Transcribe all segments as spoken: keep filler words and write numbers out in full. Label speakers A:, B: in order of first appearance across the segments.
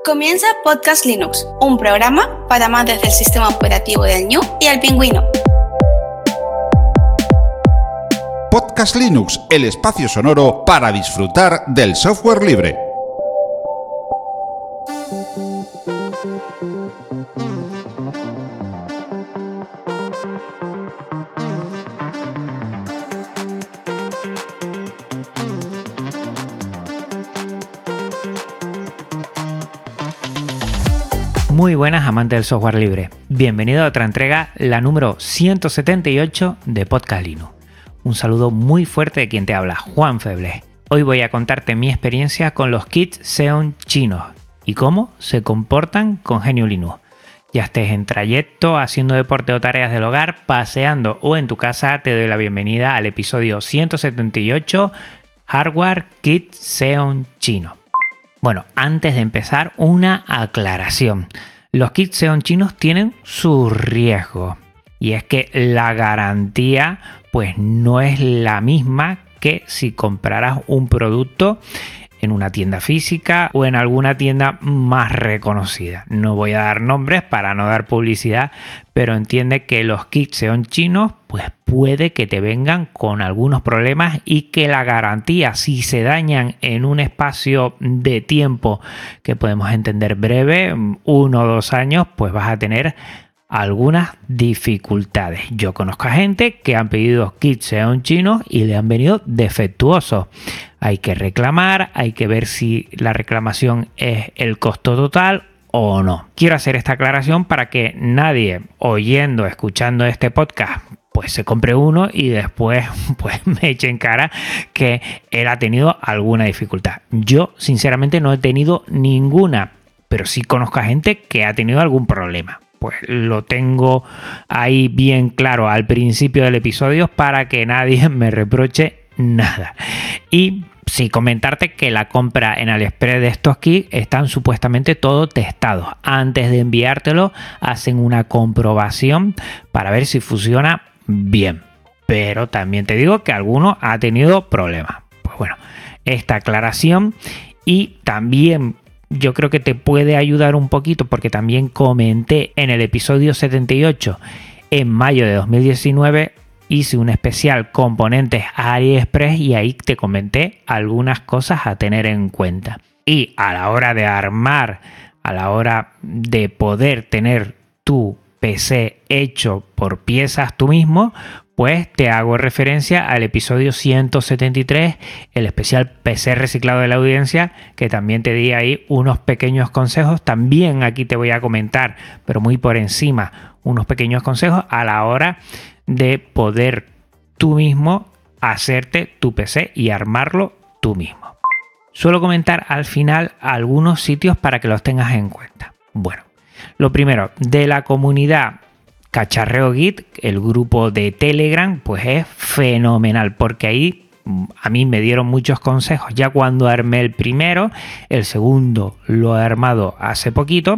A: Comienza Podcast Linux, un programa para amantes del sistema operativo del Ñu y el Pingüino.
B: Podcast Linux, el espacio sonoro para disfrutar del software libre.
C: Muy buenas amantes del software libre, bienvenido a otra entrega, la número ciento setenta y ocho de Podcast Linux. Un saludo muy fuerte de quien te habla, Juan Febles. Hoy voy a contarte mi experiencia con los kits Xeon chinos y cómo se comportan con G N U Linux. Ya estés en trayecto, haciendo deporte o tareas del hogar, paseando o en tu casa, te doy la bienvenida al episodio ciento setenta y ocho, Hardware Kit Xeon chino. Bueno, antes de empezar, una aclaración. Los kits Xeon chinos tienen sus riesgos. Y es que la garantía pues no es la misma que si compraras un producto en una tienda física o en alguna tienda más reconocida. No voy a dar nombres para no dar publicidad, pero entiende que los kits Xeon chinos pues puede que te vengan con algunos problemas y que la garantía, si se dañan en un espacio de tiempo que podemos entender breve, uno o dos años, pues vas a tener algunas dificultades. Yo conozco a gente que han pedido kits Xeon chinos y le han venido defectuosos. Hay que reclamar, hay que ver si la reclamación es el costo total o no. Quiero hacer esta aclaración para que nadie oyendo, escuchando este podcast, pues se compre uno y después pues me eche en cara que él ha tenido alguna dificultad. Yo sinceramente no he tenido ninguna, pero sí conozco a gente que ha tenido algún problema. Pues lo tengo ahí bien claro al principio del episodio para que nadie me reproche nada. Y sí, comentarte que la compra en AliExpress de estos kits están supuestamente todos testados. Antes de enviártelo hacen una comprobación para ver si funciona bien. Pero también te digo que alguno ha tenido problemas. Pues bueno, esta aclaración y también yo creo que te puede ayudar un poquito porque también comenté en el episodio setenta y ocho, en mayo de dos mil diecinueve, hice un especial componentes AliExpress y ahí te comenté algunas cosas a tener en cuenta. Y a la hora de armar, a la hora de poder tener tu P C hecho por piezas tú mismo, pues te hago referencia al episodio ciento setenta y tres, el especial P C reciclado de la audiencia, que también te di ahí unos pequeños consejos. También aquí te voy a comentar, pero muy por encima, unos pequeños consejos a la hora de poder tú mismo hacerte tu P C y armarlo tú mismo. Suelo comentar al final algunos sitios para que los tengas en cuenta. Bueno, lo primero, de la comunidad Cacharreo Git, el grupo de Telegram, pues es fenomenal porque ahí a mí me dieron muchos consejos ya cuando armé el primero, el segundo lo he armado hace poquito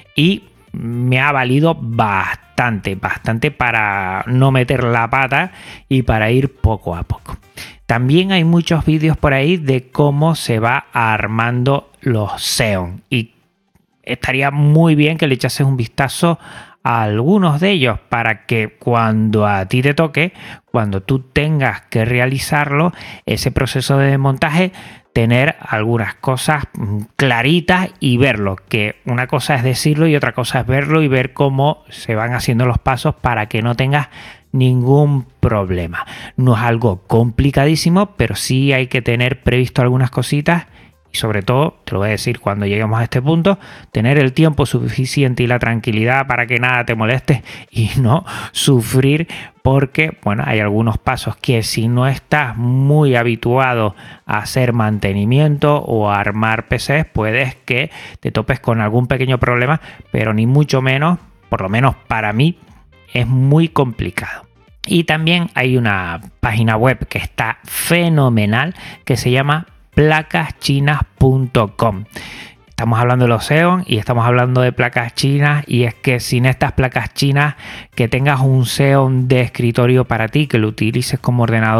C: y me ha valido bastante, bastante para no meter la pata y para ir poco a poco. También hay muchos vídeos por ahí de cómo se va armando los Xeon y estaría muy bien que le echases un vistazo a algunos de ellos para que cuando a ti te toque, cuando tú tengas que realizarlo, ese proceso de desmontaje, tener algunas cosas claritas y verlo, que una cosa es decirlo y otra cosa es verlo y ver cómo se van haciendo los pasos para que no tengas ningún problema. No es algo complicadísimo, pero sí hay que tener previsto algunas cositas. Y sobre todo, te lo voy a decir cuando lleguemos a este punto, tener el tiempo suficiente y la tranquilidad para que nada te moleste y no sufrir porque, bueno, hay algunos pasos que si no estás muy habituado a hacer mantenimiento o a armar P Cs, puedes que te topes con algún pequeño problema, pero ni mucho menos, por lo menos para mí, es muy complicado. Y también hay una página web que está fenomenal que se llama placas chinas punto com. Estamos hablando de los Xeon y estamos hablando de placas chinas y es que sin estas placas chinas, que tengas un Xeon de escritorio para ti, que lo utilices como ordenador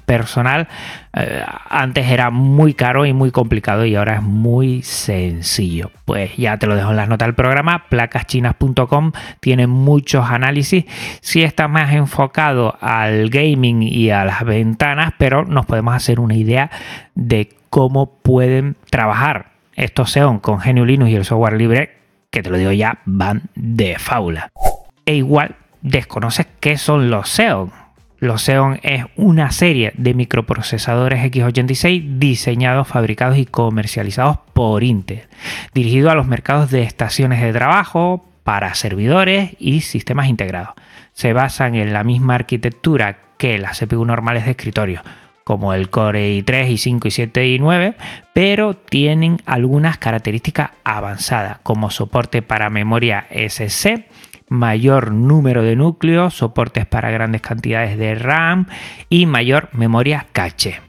C: personal, eh, antes era muy caro y muy complicado y ahora es muy sencillo. Pues ya te lo dejo en las notas del programa. placas chinas punto com tiene muchos análisis. Sí está más enfocado al gaming y a las ventanas, pero nos podemos hacer una idea de cómo pueden trabajar estos Xeon con G N U Linux y el software libre, que te lo digo ya, van de fábula. E igual desconoces qué son los Xeon. Los Xeon es una serie de microprocesadores equis ochenta y seis diseñados, fabricados y comercializados por Intel, dirigidos a los mercados de estaciones de trabajo, para servidores y sistemas integrados. Se basan en la misma arquitectura que las C P U normales de escritorio, como el Core i tres, i cinco, i siete y nueve, pero tienen algunas características avanzadas, como soporte para memoria ese ese, mayor número de núcleos, soportes para grandes cantidades de RAM y mayor memoria caché.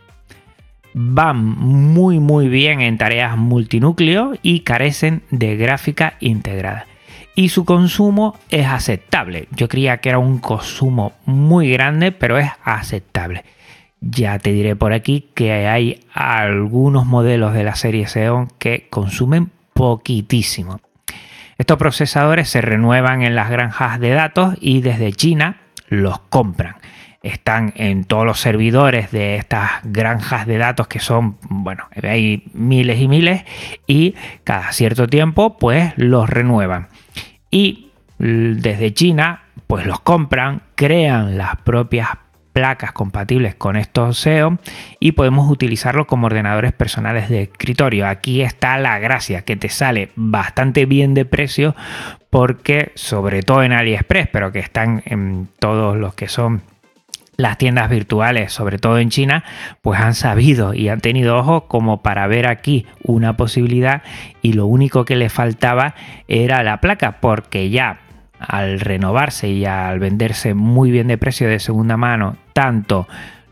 C: Van muy muy bien en tareas multinúcleo y carecen de gráfica integrada. Y su consumo es aceptable. Yo creía que era un consumo muy grande, pero es aceptable. Ya te diré por aquí que hay algunos modelos de la serie Xeon que consumen poquitísimo. Estos procesadores se renuevan en las granjas de datos y desde China los compran. Están en todos los servidores de estas granjas de datos que son, bueno, hay miles y miles, y cada cierto tiempo pues los renuevan. Y desde China pues los compran, crean las propias placas compatibles con estos Xeon y podemos utilizarlo como ordenadores personales de escritorio. Aquí está la gracia, que te sale bastante bien de precio, porque sobre todo en AliExpress, pero que están en todos los que son las tiendas virtuales, sobre todo en China, pues han sabido y han tenido ojo como para ver aquí una posibilidad, y lo único que le faltaba era la placa, porque ya al renovarse y al venderse muy bien de precio de segunda mano, tanto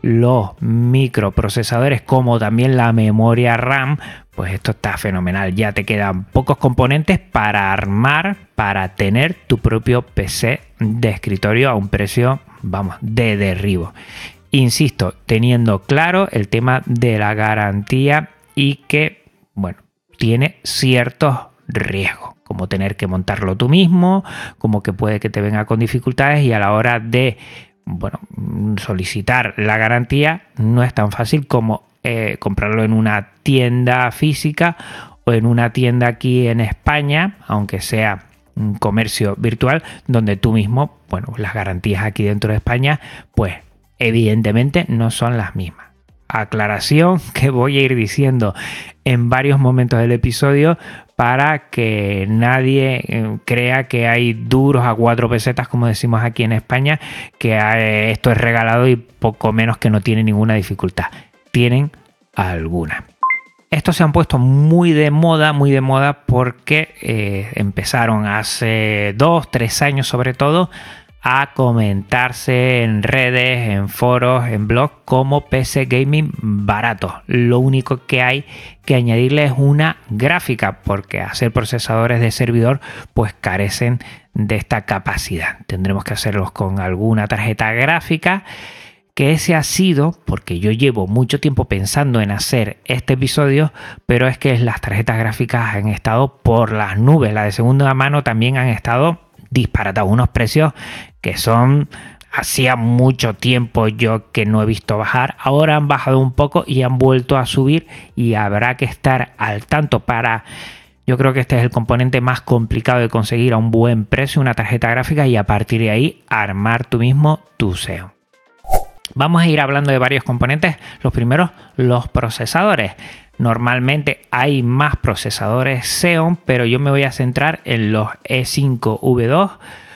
C: los microprocesadores como también la memoria RAM, pues esto está fenomenal. Ya te quedan pocos componentes para armar, para tener tu propio P C de escritorio a un precio, vamos, de derribo. Insisto, teniendo claro el tema de la garantía y que, bueno, tiene ciertos riesgos, como tener que montarlo tú mismo, como que puede que te venga con dificultades, y a la hora de, bueno, solicitar la garantía no es tan fácil como eh, comprarlo en una tienda física o en una tienda aquí en España, aunque sea un comercio virtual, donde tú mismo, bueno, las garantías aquí dentro de España pues evidentemente no son las mismas. Aclaración que voy a ir diciendo en varios momentos del episodio para que nadie eh, crea que hay duros a cuatro pesetas, como decimos aquí en España, que eh, esto es regalado y poco menos que no tiene ninguna dificultad. Tienen alguna. Estos se han puesto muy de moda, muy de moda porque eh, empezaron hace dos, tres años sobre todo a comentarse en redes, en foros, en blogs como P C gaming baratos. Lo único que hay que añadirle es una gráfica, porque hacer procesadores de servidor pues carecen de esta capacidad. Tendremos que hacerlos con alguna tarjeta gráfica, que ese ha sido, porque yo llevo mucho tiempo pensando en hacer este episodio, pero es que las tarjetas gráficas han estado por las nubes. Las de segunda mano también han estado disparatados, unos precios que son, hacía mucho tiempo yo que no he visto bajar. Ahora han bajado un poco y han vuelto a subir, y habrá que estar al tanto para, yo creo que este es el componente más complicado de conseguir a un buen precio, una tarjeta gráfica, y a partir de ahí armar tú mismo tu Xeon. Vamos a ir hablando de varios componentes. Los primeros, los procesadores. Normalmente hay más procesadores Xeon, pero yo me voy a centrar en los E cinco V dos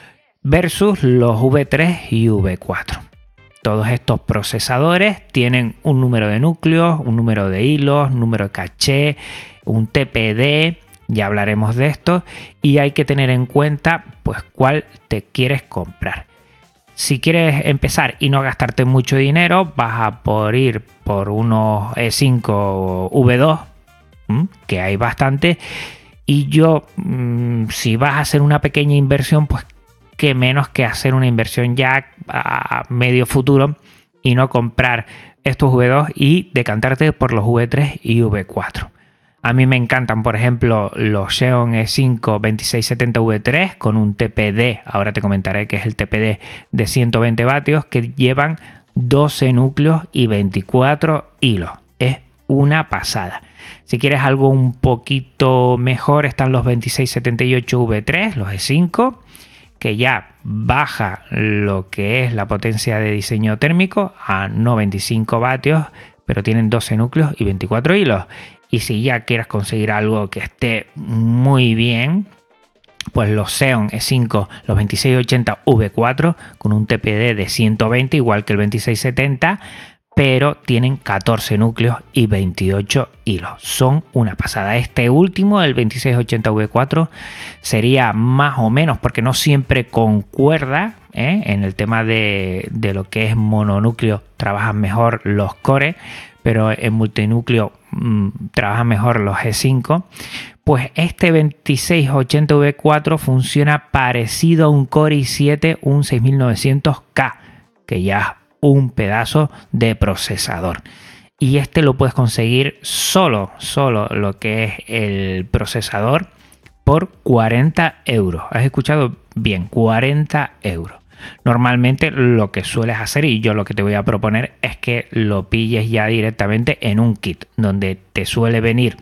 C: versus los V tres y V cuatro. Todos estos procesadores tienen un número de núcleos, un número de hilos, un número de caché, un T P D, ya hablaremos de esto, y hay que tener en cuenta pues cuál te quieres comprar. Si quieres empezar y no gastarte mucho dinero, vas a por ir por unos E cinco V dos, que hay bastante. Y yo, si vas a hacer una pequeña inversión, pues qué menos que hacer una inversión ya a medio futuro y no comprar estos V dos y decantarte por los V tres y V cuatro. A mí me encantan, por ejemplo, los Xeon E cinco veintiséis setenta V tres con un T P D, ahora te comentaré que es el T P D de ciento veinte vatios, que llevan doce núcleos y veinticuatro hilos. Es una pasada. Si quieres algo un poquito mejor, están los veintiséis setenta y ocho V tres, los E cinco, que ya baja lo que es la potencia de diseño térmico a no veinticinco vatios, pero tienen doce núcleos y veinticuatro hilos. Y si ya quieres conseguir algo que esté muy bien, pues los Xeon E cinco, los veintiséis ochenta V cuatro con un T P D de ciento veinte, igual que el veintiséis setenta, pero tienen catorce núcleos y veintiocho hilos. Son una pasada. Este último, el veintiséis ochenta V cuatro, sería más o menos, porque no siempre concuerda, ¿eh? En el tema de, de lo que es mononúcleo, trabajan mejor los Core, pero en multinúcleo mmm, trabajan mejor los E cinco. Pues este veintiséis ochenta V cuatro funciona parecido a un Core i siete, un seis mil novecientos K, que ya es un pedazo de procesador. Y este lo puedes conseguir solo, solo lo que es el procesador, por cuarenta euros. ¿Has escuchado bien? cuarenta euros. Normalmente lo que sueles hacer, y yo lo que te voy a proponer, es que lo pilles ya directamente en un kit, donde te suele venir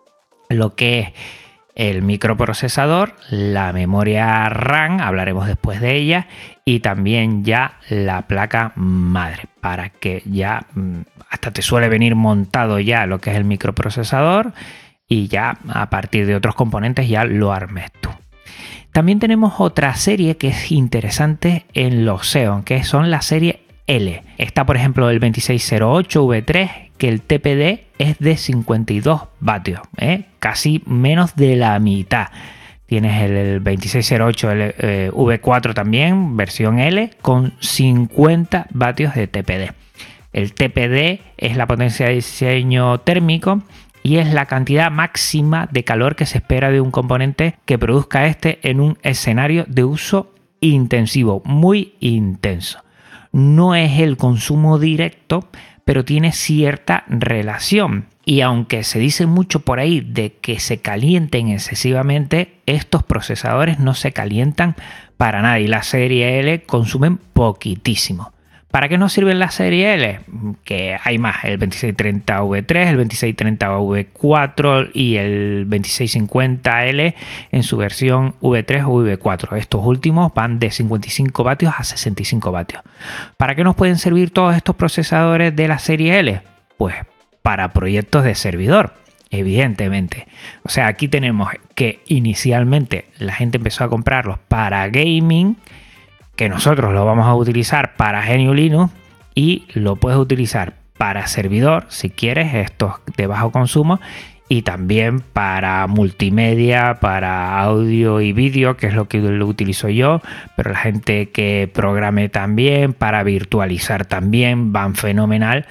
C: lo que es el microprocesador, la memoria RAM, hablaremos después de ella, y también ya la placa madre, para que ya hasta te suele venir montado ya lo que es el microprocesador, y ya a partir de otros componentes ya lo armes tú. También tenemos otra serie que es interesante en los Xeon, que son la serie L. Está, por ejemplo, el veintiséis cero ocho V tres, que el T P D es de cincuenta y dos vatios, ¿eh? Casi menos de la mitad. Tienes el veintiséis cero ocho el, eh, V cuatro también, versión L, con cincuenta vatios de T P D. El T P D es la potencia de diseño térmico y es la cantidad máxima de calor que se espera de un componente que produzca este en un escenario de uso intensivo, muy intenso. No es el consumo directo, pero tiene cierta relación. Y aunque se dice mucho por ahí de que se calienten excesivamente, estos procesadores no se calientan para nada y la serie L consumen poquitísimo. ¿Para qué nos sirve la serie L? Que hay más, el veintiséis treinta V tres, el veintiséis treinta V cuatro y el veintiséis cincuenta L en su versión V tres o V cuatro. Estos últimos van de cincuenta y cinco vatios a sesenta y cinco vatios. ¿Para qué nos pueden servir todos estos procesadores de la serie L? Pues para proyectos de servidor, evidentemente. O sea, aquí tenemos que inicialmente la gente empezó a comprarlos para gaming, que nosotros lo vamos a utilizar para G N U Linux, y lo puedes utilizar para servidor si quieres, estos de bajo consumo, y también para multimedia, para audio y vídeo, que es lo que lo utilizo yo, pero la gente que programe también, para virtualizar también, van fenomenal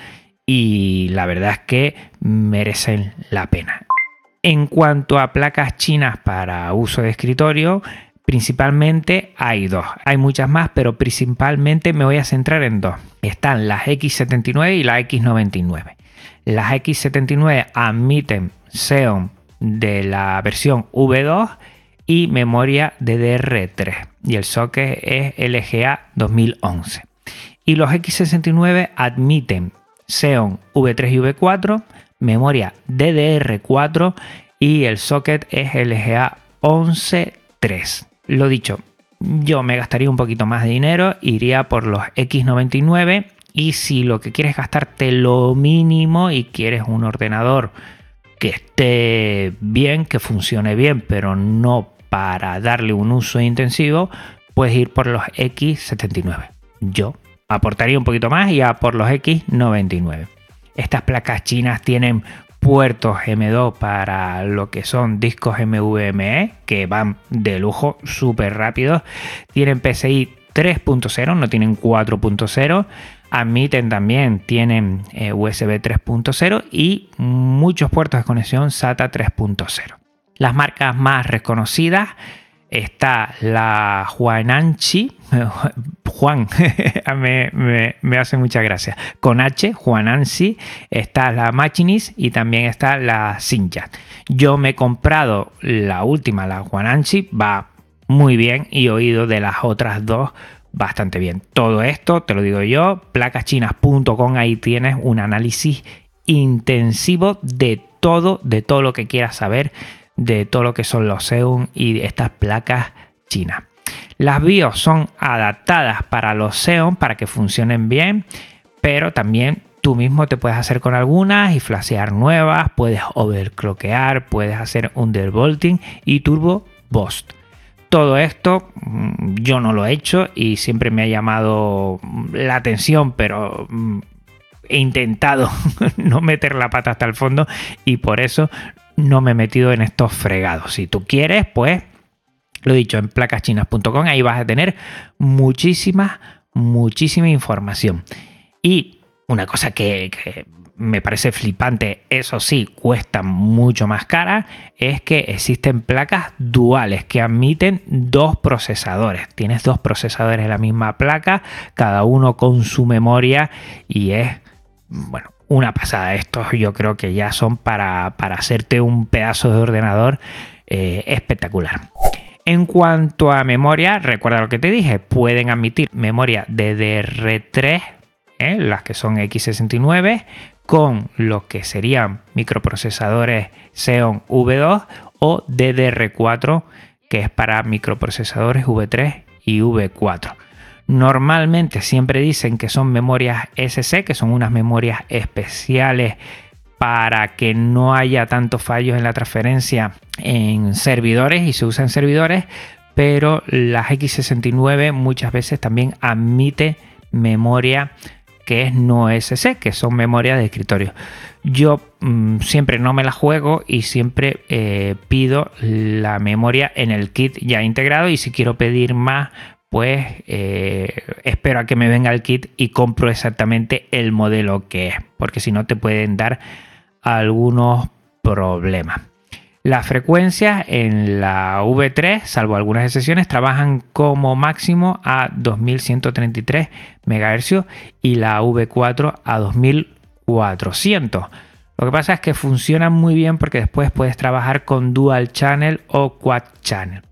C: y la verdad es que merecen la pena. En cuanto a placas chinas para uso de escritorio, principalmente hay dos. Hay muchas más, pero principalmente me voy a centrar en dos. Están las X setenta y nueve y la X noventa y nueve. Las X setenta y nueve admiten Xeon de la versión V dos y memoria D D R tres. Y el socket es L G A dos mil once. Y los X sesenta y nueve admiten Xeon V tres y V cuatro, memoria D D R cuatro y el socket es L G A once punto tres. Lo dicho, yo me gastaría un poquito más de dinero, iría por los X noventa y nueve, y si lo que quieres gastarte lo mínimo y quieres un ordenador que esté bien, que funcione bien, pero no para darle un uso intensivo, puedes ir por los X setenta y nueve. Yo aportaría un poquito más y a por los X noventa y nueve. Estas placas chinas tienen puertos M dos para lo que son discos N V M e, que van de lujo, súper rápidos. Tienen P C I tres punto cero, no tienen cuatro punto cero. Admiten también, tienen eh, U S B tres punto cero y muchos puertos de conexión SATA tres punto cero. Las marcas más reconocidas está la Huananchi, Juan, me, me, me hace mucha gracia. Con H, Juanansi, está la Machinis y también está la Sinjat. Yo me he comprado la última, la Juanansi, va muy bien, y he oído de las otras dos bastante bien. Todo esto te lo digo yo, placas chinas punto com, ahí tienes un análisis intensivo de todo, de todo lo que quieras saber, de todo lo que son los Xeon y estas placas chinas. Las BIOS son adaptadas para los Xeon para que funcionen bien, pero también tú mismo te puedes hacer con algunas y flashear nuevas, puedes overclockear, puedes hacer undervolting y turbo boost. Todo esto yo no lo he hecho y siempre me ha llamado la atención, pero he intentado no meter la pata hasta el fondo y por eso no me he metido en estos fregados. Si tú quieres, pues lo he dicho, en placas chinas punto com, ahí vas a tener muchísima, muchísima información. Y una cosa que, que me parece flipante, eso sí, cuesta mucho más cara, es que existen placas duales que admiten dos procesadores. Tienes dos procesadores en la misma placa, cada uno con su memoria, y es, bueno, una pasada. Estos yo creo que ya son para, para hacerte un pedazo de ordenador eh, espectacular. En cuanto a memoria, recuerda lo que te dije, pueden admitir memoria D D R tres, ¿eh? Las que son equis sesenta y nueve, con lo que serían microprocesadores Xeon V dos, o D D R cuatro, que es para microprocesadores V tres y V cuatro. Normalmente siempre dicen que son memorias ese ce, que son unas memorias especiales para que no haya tantos fallos en la transferencia en servidores, y se usa en servidores, pero las equis sesenta y nueve muchas veces también admite memoria que es no ese ce, que son memorias de escritorio. Yo mmm, siempre no me la juego y siempre eh, pido la memoria en el kit ya integrado, y si quiero pedir más, pues eh, espero a que me venga el kit y compro exactamente el modelo que es, porque si no te pueden dar algunos problemas. Las frecuencias en la V tres, salvo algunas excepciones, trabajan como máximo a dos mil ciento treinta y tres megahercios y la V cuatro a dos mil cuatrocientos. Lo que pasa es que funcionan muy bien porque después puedes trabajar con dual channel o quad channel,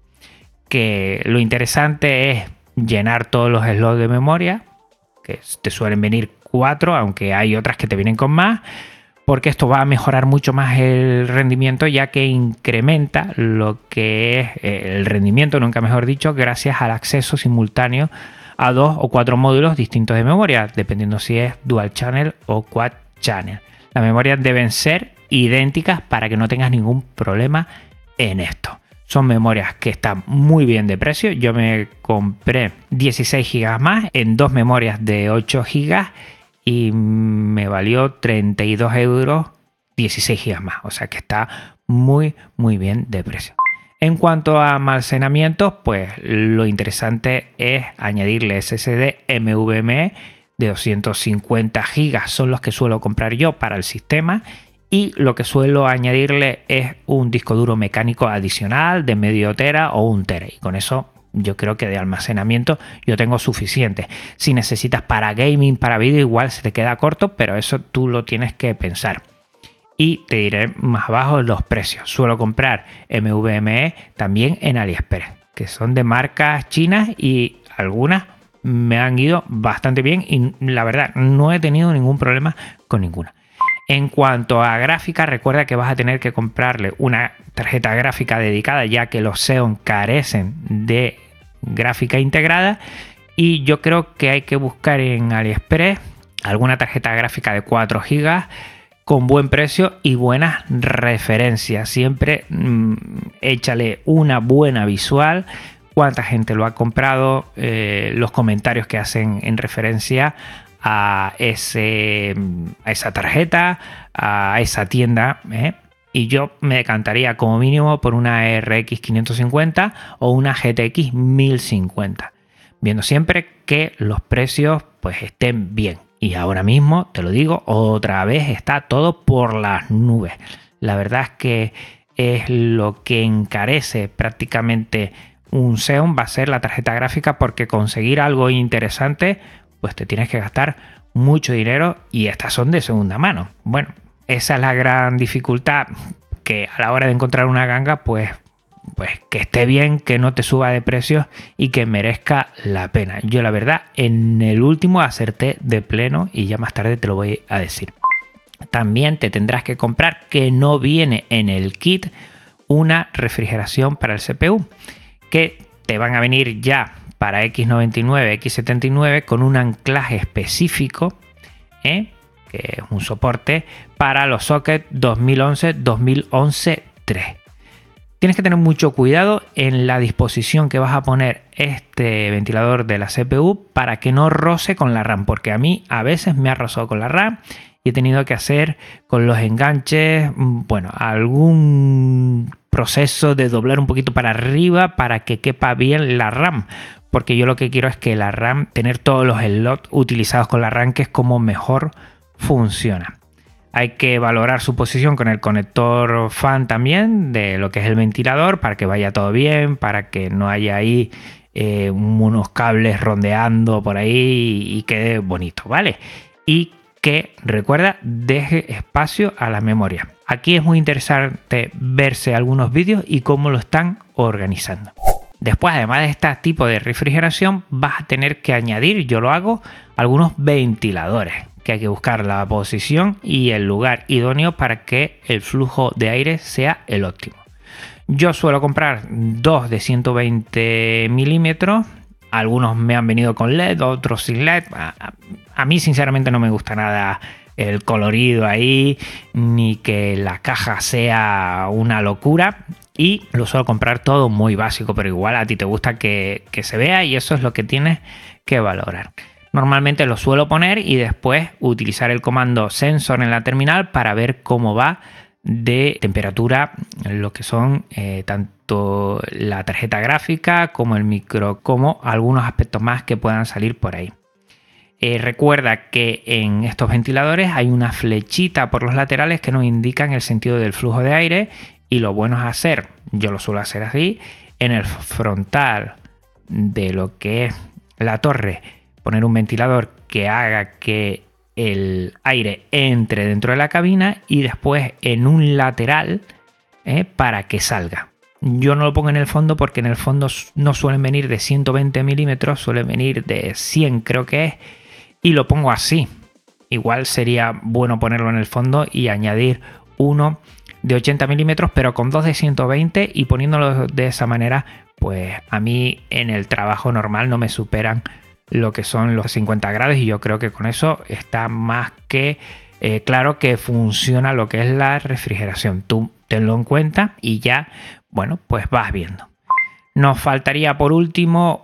C: que lo interesante es llenar todos los slots de memoria, que te suelen venir cuatro, aunque hay otras que te vienen con más, porque esto va a mejorar mucho más el rendimiento, ya que incrementa lo que es el rendimiento, nunca mejor dicho, gracias al acceso simultáneo a dos o cuatro módulos distintos de memoria, dependiendo si es dual channel o quad channel. Las memorias deben ser idénticas para que no tengas ningún problema en esto. Son memorias que están muy bien de precio. Yo me compré dieciséis gigas más en dos memorias de ocho gigas y me valió treinta y dos euros dieciséis gigas más. O sea que está muy, muy bien de precio. En cuanto a almacenamiento, pues lo interesante es añadirle ese ese de eme ve eme de doscientos cincuenta gigas. Son los que suelo comprar yo para el sistema. Y lo que suelo añadirle es un disco duro mecánico adicional de medio tera o un tera. Y con eso yo creo que de almacenamiento yo tengo suficiente. Si necesitas para gaming, para vídeo, igual se te queda corto, pero eso tú lo tienes que pensar. Y te diré más abajo los precios. Suelo comprar eme ve eme también en AliExpress, que son de marcas chinas y algunas me han ido bastante bien y la verdad no he tenido ningún problema con ninguna. En cuanto a gráfica, recuerda que vas a tener que comprarle una tarjeta gráfica dedicada, ya que los Xeon carecen de gráfica integrada, y yo creo que hay que buscar en AliExpress alguna tarjeta gráfica de cuatro gigas con buen precio y buenas referencias. Siempre mmm, échale una buena visual, cuánta gente lo ha comprado, eh, los comentarios que hacen en referencia a, ese, a esa tarjeta, a esa tienda, ¿eh? Y yo me decantaría como mínimo por una erre equis quinientos cincuenta o una ge te equis mil cincuenta, viendo siempre que los precios pues estén bien. Y ahora mismo, te lo digo, otra vez está todo por las nubes. La verdad es que es lo que encarece prácticamente un Xeon va a ser la tarjeta gráfica, porque conseguir algo interesante pues te tienes que gastar mucho dinero y estas son de segunda mano. Bueno, esa es la gran dificultad, que a la hora de encontrar una ganga pues, pues que esté bien, que no te suba de precios y que merezca la pena. Yo la verdad en el último acerté de pleno y ya más tarde te lo voy a decir. También te tendrás que comprar, que no viene en el kit, una refrigeración para el C P U, que te van a venir ya para equis noventa y nueve, equis setenta y nueve con un anclaje específico, ¿eh? que es un soporte para los sockets dos mil once, dos mil once tres. Tienes que tener mucho cuidado en la disposición que vas a poner este ventilador de la C P U para que no roce con la RAM, porque a mí a veces me ha rozado con la RAM y he tenido que hacer con los enganches, bueno, algún proceso de doblar un poquito para arriba para que quepa bien la RAM, porque yo lo que quiero es que la RAM, tener todos los slots utilizados con la RAM, que es como mejor funciona. Hay que valorar su posición con el conector fan también de lo que es el ventilador, para que vaya todo bien, para que no haya ahí eh, unos cables rondeando por ahí y quede bonito, ¿vale? Y que, recuerda, deje espacio a la memoria. Aquí es muy interesante verse algunos vídeos y cómo lo están organizando. Después, además de este tipo de refrigeración, vas a tener que añadir, yo lo hago, algunos ventiladores, que hay que buscar la posición y el lugar idóneo para que el flujo de aire sea el óptimo. Yo suelo comprar dos de ciento veinte milímetros. Algunos me han venido con L E D, otros sin L E D. A, a mí sinceramente no me gusta nada el colorido ahí, ni que la caja sea una locura. Y lo suelo comprar todo muy básico, pero igual a ti te gusta que, que se vea, y eso es lo que tienes que valorar. Normalmente lo suelo poner y después utilizar el comando sensor en la terminal para ver cómo va de temperatura lo que son eh, tanto la tarjeta gráfica como el micro, como algunos aspectos más que puedan salir por ahí. Eh, recuerda que en estos ventiladores hay una flechita por los laterales que nos indican el sentido del flujo de aire, y lo bueno es hacer, yo lo suelo hacer así, en el frontal de lo que es la torre, poner un ventilador que haga que el aire entre dentro de la cabina, y después en un lateral eh, para que salga. Yo no lo pongo en el fondo porque en el fondo no suelen venir de ciento veinte milímetros, suelen venir de cien, creo que es, y lo pongo así. Igual sería bueno ponerlo en el fondo y añadir uno de ochenta milímetros, pero con dos de ciento veinte, y poniéndolo de esa manera, pues a mí en el trabajo normal no me superan lo que son los cincuenta grados, y yo creo que con eso está más que eh, claro que funciona lo que es la refrigeración. Tú tenlo en cuenta y ya, bueno, pues vas viendo. Nos faltaría por último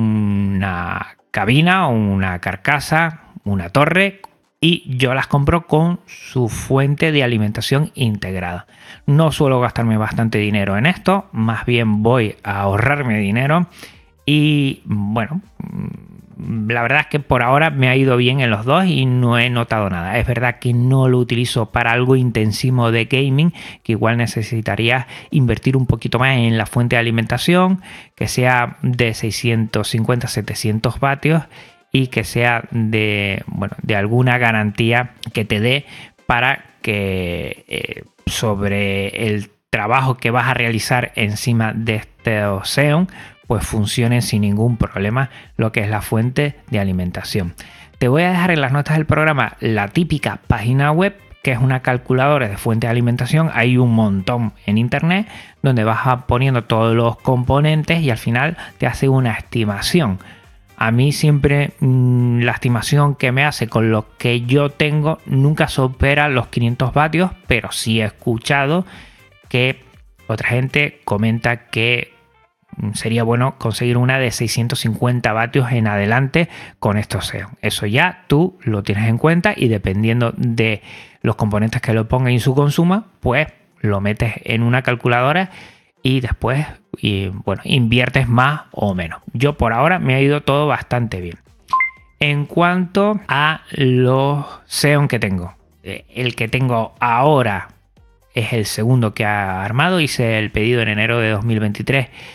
C: una cabina o una carcasa, una torre, y yo las compro con su fuente de alimentación integrada. No suelo gastarme bastante dinero en esto, más bien voy a ahorrarme dinero, y bueno, la verdad es que por ahora me ha ido bien en los dos y no he notado nada. Es verdad que no lo utilizo para algo intensivo de gaming, que igual necesitaría invertir un poquito más en la fuente de alimentación, que sea de seiscientos cincuenta a setecientos vatios y que sea de, bueno, de alguna garantía que te dé para que eh, sobre el trabajo que vas a realizar encima de este Xeon, pues funcionen sin ningún problema lo que es la fuente de alimentación. Te voy a dejar en las notas del programa la típica página web, que es una calculadora de fuente de alimentación. Hay un montón en internet donde vas a poniendo todos los componentes y al final te hace una estimación. A mí siempre mmm, la estimación que me hace con lo que yo tengo nunca supera los quinientos vatios, pero sí he escuchado que otra gente comenta que sería bueno conseguir una de seiscientos cincuenta vatios en adelante con estos Xeon. Eso ya tú lo tienes en cuenta, y dependiendo de los componentes que lo ponga y su consumo, pues lo metes en una calculadora y después y, bueno, inviertes más o menos. Yo por ahora me ha ido todo bastante bien. En cuanto a los Xeon que tengo, el que tengo ahora es el segundo que ha armado. Hice el pedido en enero de dos mil veintitrés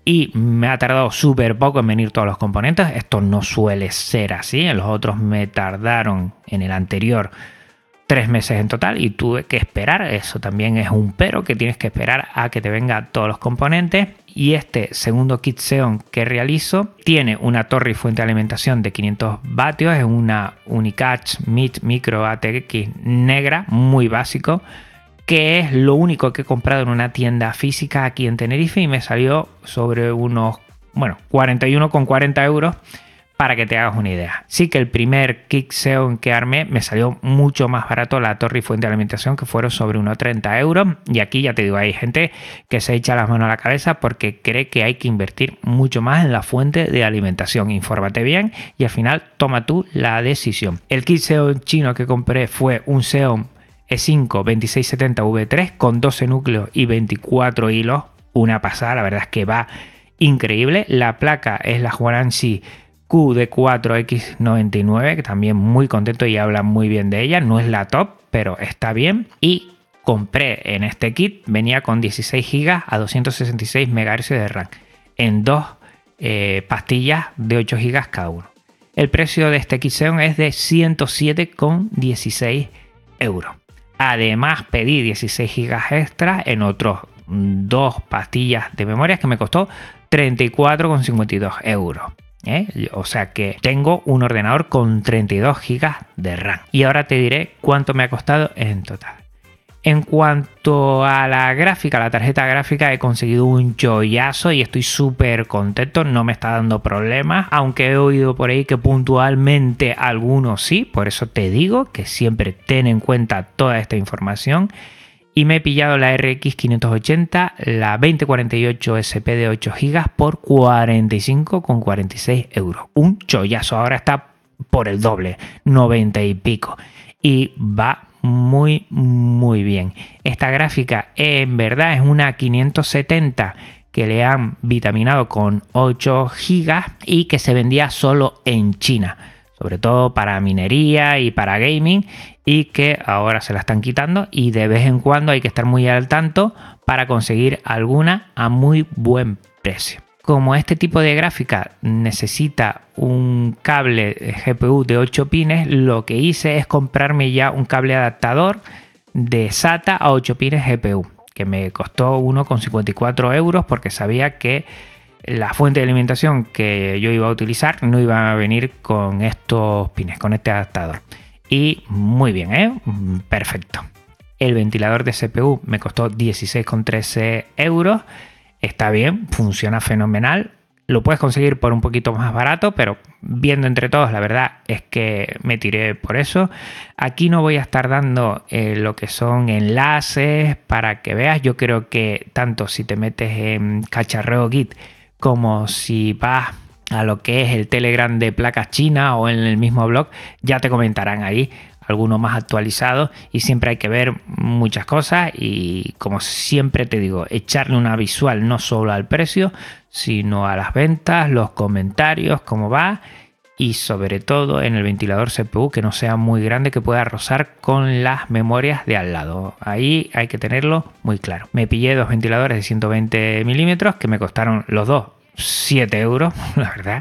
C: y me ha tardado súper poco en venir todos los componentes. Esto no suele ser así. En los otros me tardaron, en el anterior, tres meses en total y tuve que esperar. Eso también es un pero, que tienes que esperar a que te vengan todos los componentes. Y este segundo kit Xeon que realizo tiene una torre y fuente de alimentación de quinientos vatios. Es una Unicatch Mid Micro A T X negra, muy básico, que es lo único que he comprado en una tienda física aquí en Tenerife y me salió sobre unos, bueno, cuarenta y uno con cuarenta euros, para que te hagas una idea. Sí que el primer kit Xeon que armé me salió mucho más barato la torre y fuente de alimentación, que fueron sobre unos treinta euros. Y aquí ya te digo, hay gente que se echa las manos a la cabeza porque cree que hay que invertir mucho más en la fuente de alimentación. Infórmate bien y al final toma tú la decisión. El kit Xeon chino que compré fue un Xeon E cinco veintiséis setenta V tres con doce núcleos y veinticuatro hilos. Una pasada, la verdad es que va increíble. La placa es la Huarangsí Q D cuatro X noventa y nueve, que también muy contento y habla muy bien de ella. No es la top, pero está bien. Y compré en este kit, venía con dieciséis gigas a doscientos sesenta y seis megahercios de RAM en dos eh, pastillas de ocho gigas cada uno. El precio de este kit Xeon es de ciento siete con dieciséis euros. Además pedí dieciséis gigas extra en otros dos pastillas de memoria que me costó treinta y cuatro con cincuenta y dos euros. ¿Eh? O sea que tengo un ordenador con treinta y dos gigas de RAM. Y ahora te diré cuánto me ha costado en total. En cuanto a la gráfica, la tarjeta gráfica, he conseguido un chollazo y estoy súper contento. No me está dando problemas, aunque he oído por ahí que puntualmente algunos sí. Por eso te digo que siempre ten en cuenta toda esta información. Y me he pillado la R X quinientos ochenta, la veinte cuarenta y ocho S P de ocho gigas por cuarenta y cinco con cuarenta y seis euros. Un chollazo, ahora está por el doble, noventa y pico. Y va muy, muy bien. Esta gráfica en verdad es una quinientos setenta que le han vitaminado con ocho gigas y que se vendía solo en China, sobre todo para minería y para gaming, y que ahora se la están quitando y de vez en cuando hay que estar muy al tanto para conseguir alguna a muy buen precio. Como este tipo de gráfica necesita un cable G P U de ocho pines, lo que hice es comprarme ya un cable adaptador de SATA a ocho pines G P U, que me costó uno con cincuenta y cuatro euros porque sabía que la fuente de alimentación que yo iba a utilizar no iba a venir con estos pines, con este adaptador. Y muy bien, ¿eh? Perfecto. El ventilador de C P U me costó dieciséis con trece euros. Está bien, funciona fenomenal. Lo puedes conseguir por un poquito más barato, pero viendo entre todos, la verdad es que me tiré por eso. Aquí no voy a estar dando eh, lo que son enlaces para que veas. Yo creo que tanto si te metes en Cacharreo Git como si vas a lo que es el Telegram de placas chinas o en el mismo blog, ya te comentarán ahí algunos más actualizados, y siempre hay que ver muchas cosas y, como siempre te digo, echarle una visual no solo al precio, sino a las ventas, los comentarios, cómo va, y sobre todo en el ventilador C P U que no sea muy grande, que pueda rozar con las memorias de al lado. Ahí hay que tenerlo muy claro. Me pillé dos ventiladores de ciento veinte milímetros que me costaron los dos siete euros, la verdad,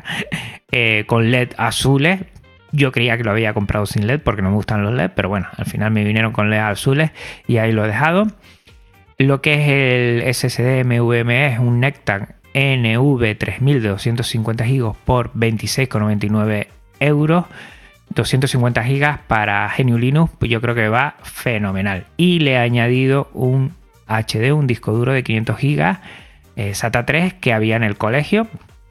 C: eh, con L E D azules. Yo creía que lo había comprado sin L E D porque no me gustan los L E D, pero bueno, al final me vinieron con L E D azules y ahí lo he dejado. Lo que es el S S D M V M E es un Nectar N V tres mil de doscientos cincuenta gigas por veintiséis con noventa y nueve euros. doscientos cincuenta gigas para G N U Linux, pues yo creo que va fenomenal. Y le he añadido un H D, un disco duro de quinientos gigas, eh, SATA tres, que había en el colegio.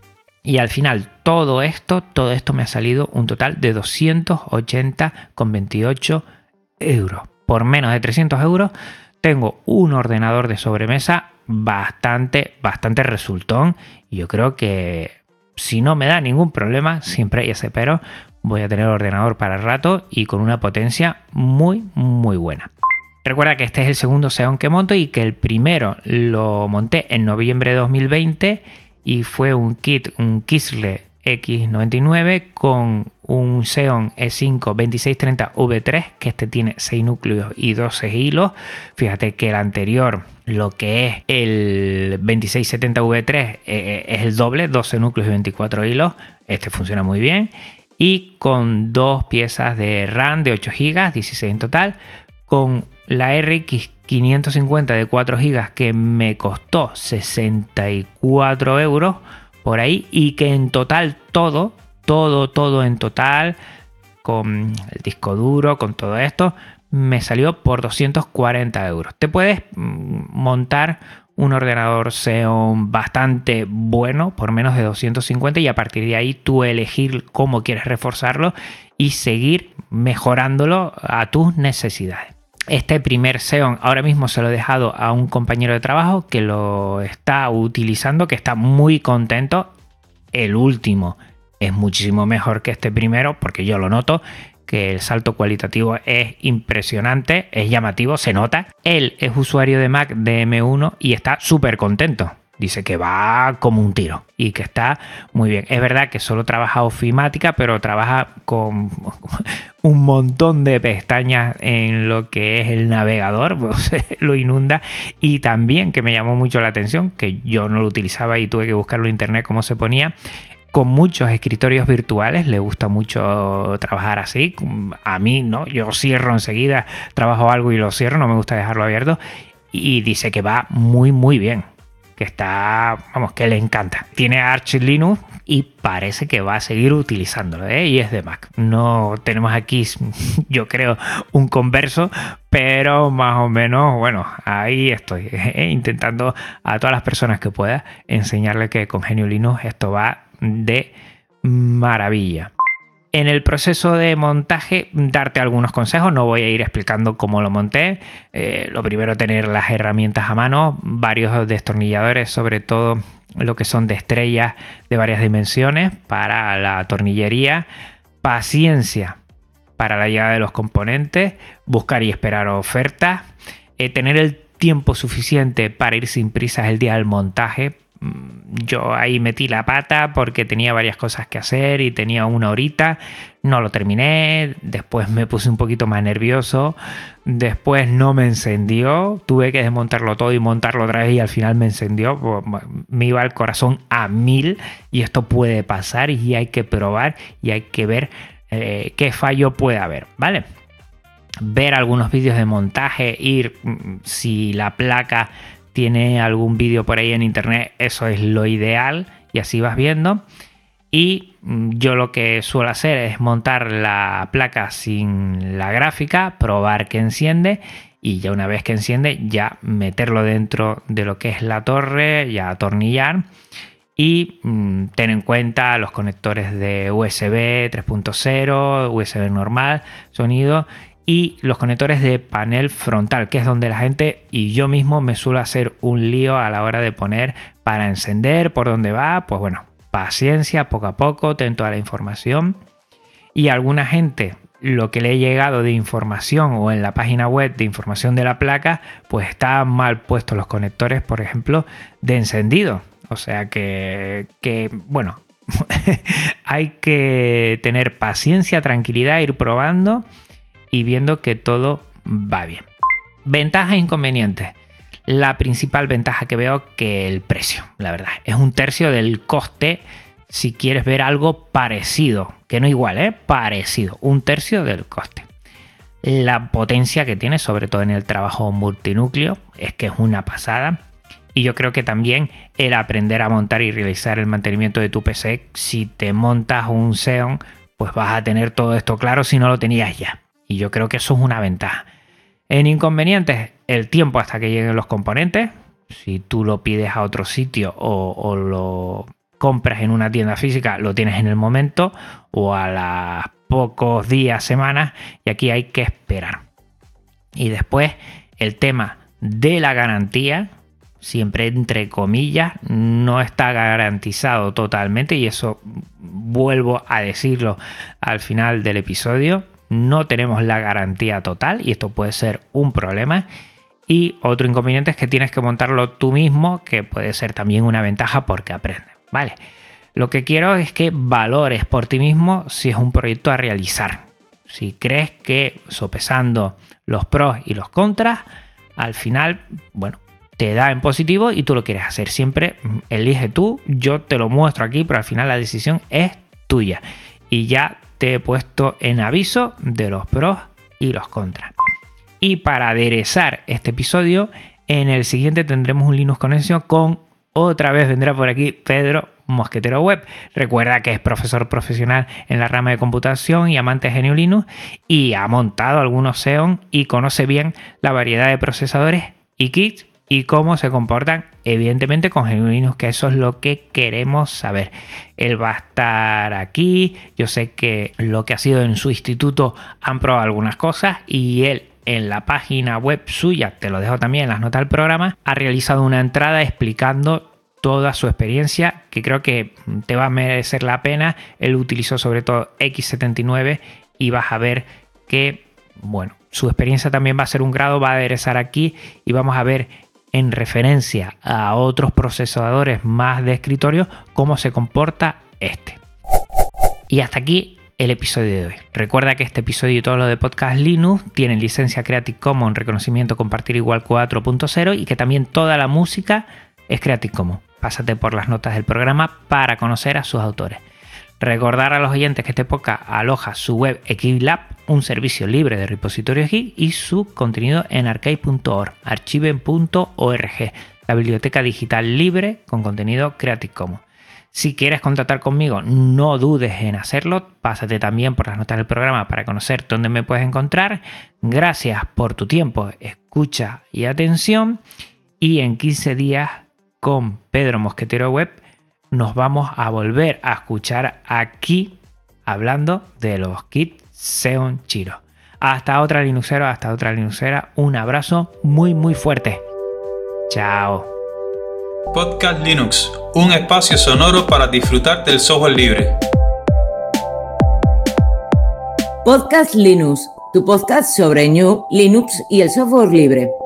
C: Y al final todo esto, todo esto me ha salido un total de doscientos ochenta con veintiocho euros. Por menos de trescientos euros tengo un ordenador de sobremesa bastante, bastante resultón. Y yo creo que si no me da ningún problema, siempre hay ese pero, voy a tener ordenador para el rato y con una potencia muy, muy buena. Recuerda que este es el segundo Xeon que monto y que el primero lo monté en noviembre de dos mil veinte y fue un kit, un Kisle X noventa y nueve con un Xeon E cinco veintiséis treinta V tres, que este tiene seis núcleos y doce hilos. Fíjate que el anterior lo que es el veintiséis setenta V tres eh, es el doble, doce núcleos y veinticuatro hilos. Este funciona muy bien. Y con dos piezas de RAM de ocho gigas, dieciséis en total, con la R X quinientos cincuenta de cuatro gigas que me costó sesenta y cuatro euros por ahí, y que en total todo, todo, todo en total, con el disco duro, con todo esto, me salió por doscientos cuarenta euros. Te puedes montar un ordenador Xeon bastante bueno por menos de doscientos cincuenta, y a partir de ahí tú elegir cómo quieres reforzarlo y seguir mejorándolo a tus necesidades. Este primer Xeon ahora mismo se lo he dejado a un compañero de trabajo que lo está utilizando, que está muy contento. El último es muchísimo mejor que este primero, porque yo lo noto, que el salto cualitativo es impresionante, es llamativo, se nota. Él es usuario de Mac de M uno y está súper contento. Dice que va como un tiro y que está muy bien. Es verdad que solo trabaja ofimática, pero trabaja con un montón de pestañas en lo que es el navegador, pues lo inunda. Y también, que me llamó mucho la atención, que yo no lo utilizaba y tuve que buscarlo en internet cómo se ponía, con muchos escritorios virtuales. Le gusta mucho trabajar así. A mí no, yo cierro enseguida, trabajo algo y lo cierro, no me gusta dejarlo abierto. Y dice que va muy muy bien, que está, vamos, que le encanta. Tiene Arch Linux y parece que va a seguir utilizándolo, ¿eh? Y es de Mac. No tenemos aquí, yo creo, un converso, pero más o menos, bueno, ahí estoy, ¿eh? Intentando a todas las personas que pueda enseñarle que con Genio Linux esto va de maravilla. En el proceso de montaje, darte algunos consejos. No voy a ir explicando cómo lo monté. Eh, lo primero, tener las herramientas a mano, varios destornilladores, sobre todo lo que son de estrellas de varias dimensiones para la tornillería. Paciencia para la llegada de los componentes, buscar y esperar ofertas, eh, tener el tiempo suficiente para ir sin prisas el día del montaje. Yo ahí metí la pata porque tenía varias cosas que hacer y tenía una horita, no lo terminé, después me puse un poquito más nervioso, después no me encendió, tuve que desmontarlo todo y montarlo otra vez y al final me encendió, me iba el corazón a mil, y esto puede pasar y hay que probar y hay que ver eh, qué fallo puede haber, ¿vale? Ver algunos vídeos de montaje, ir si la placa tiene algún vídeo por ahí en internet, eso es lo ideal, y así vas viendo. Y yo lo que suelo hacer es montar la placa sin la gráfica, probar que enciende, y ya una vez que enciende ya meterlo dentro de lo que es la torre, ya atornillar. Y mmm, ten en cuenta los conectores de U S B tres punto cero, U S B normal, sonido, y los conectores de panel frontal, que es donde la gente y yo mismo me suelo hacer un lío a la hora de poner para encender, por dónde va. Pues bueno, paciencia, poco a poco, ten toda la información. Y a alguna gente, lo que le he llegado de información o en la página web de información de la placa, pues está mal puestos los conectores, por ejemplo, de encendido. O sea que, que bueno, hay que tener paciencia, tranquilidad, ir probando y viendo que todo va bien. Ventajas e inconvenientes. La principal ventaja que veo, que el precio, la verdad, es un tercio del coste si quieres ver algo parecido, que no igual, ¿eh? Parecido, un tercio del coste. La potencia que tiene, sobre todo en el trabajo multinúcleo, es que es una pasada. Y yo creo que también el aprender a montar y realizar el mantenimiento de tu P C, si te montas un Xeon, pues vas a tener todo esto claro si no lo tenías ya. Y yo creo que eso es una ventaja. En inconvenientes, el tiempo hasta que lleguen los componentes. Si tú lo pides a otro sitio o, o lo compras en una tienda física, lo tienes en el momento o a los pocos días, semanas, y aquí hay que esperar. Y después el tema de la garantía, siempre entre comillas, no está garantizado totalmente, y eso vuelvo a decirlo al final del episodio. No tenemos la garantía total y esto puede ser un problema. Y otro inconveniente es que tienes que montarlo tú mismo, que puede ser también una ventaja porque aprendes, ¿vale? Lo que quiero es que valores por ti mismo si es un proyecto a realizar. Si crees que, sopesando los pros y los contras, al final, bueno, te da en positivo y tú lo quieres hacer. Siempre elige tú, yo te lo muestro aquí, pero al final la decisión es tuya. Y ya te he puesto en aviso de los pros y los contras. Y para aderezar este episodio, en el siguiente tendremos un Linux Conexión con, otra vez vendrá por aquí Pedro Mosquetero Web. Recuerda que es profesor profesional en la rama de computación y amante de G N U Linux, y ha montado algunos Xeon y conoce bien la variedad de procesadores y kits y cómo se comportan evidentemente con G N U Linux, que eso es lo que queremos saber. Él va a estar aquí. Yo sé que lo que ha sido en su instituto han probado algunas cosas, y él en la página web suya, te lo dejo también en las notas del programa, ha realizado una entrada explicando toda su experiencia, que creo que te va a merecer la pena. Él utilizó sobre todo equis setenta y nueve y vas a ver que, bueno, su experiencia también va a ser un grado, va a aderezar aquí, y vamos a ver en referencia a otros procesadores más de escritorio cómo se comporta este. Y hasta aquí el episodio de hoy. Recuerda que este episodio y todo lo de Podcast Linux tienen licencia Creative Commons, reconocimiento compartir igual cuatro punto cero, y que también toda la música es Creative Commons. Pásate por las notas del programa para conocer a sus autores. Recordar a los oyentes que este podcast aloja su web Equilab, un servicio libre de repositorios Git, y su contenido en archive punto org, archive punto org, la biblioteca digital libre con contenido Creative Commons. Si quieres contactar conmigo, no dudes en hacerlo. Pásate también por las notas del programa para conocer dónde me puedes encontrar. Gracias por tu tiempo, escucha y atención. Y en quince días con Pedro Mosquetero Web nos vamos a volver a escuchar aquí hablando de los kits Xeon Chiro. Hasta otra Linuxero, hasta otra Linuxera. Un abrazo muy muy fuerte. Chao.
D: Podcast Linux, un espacio sonoro para disfrutar del software libre.
E: Podcast Linux, tu podcast sobre G N U, Linux y el software libre.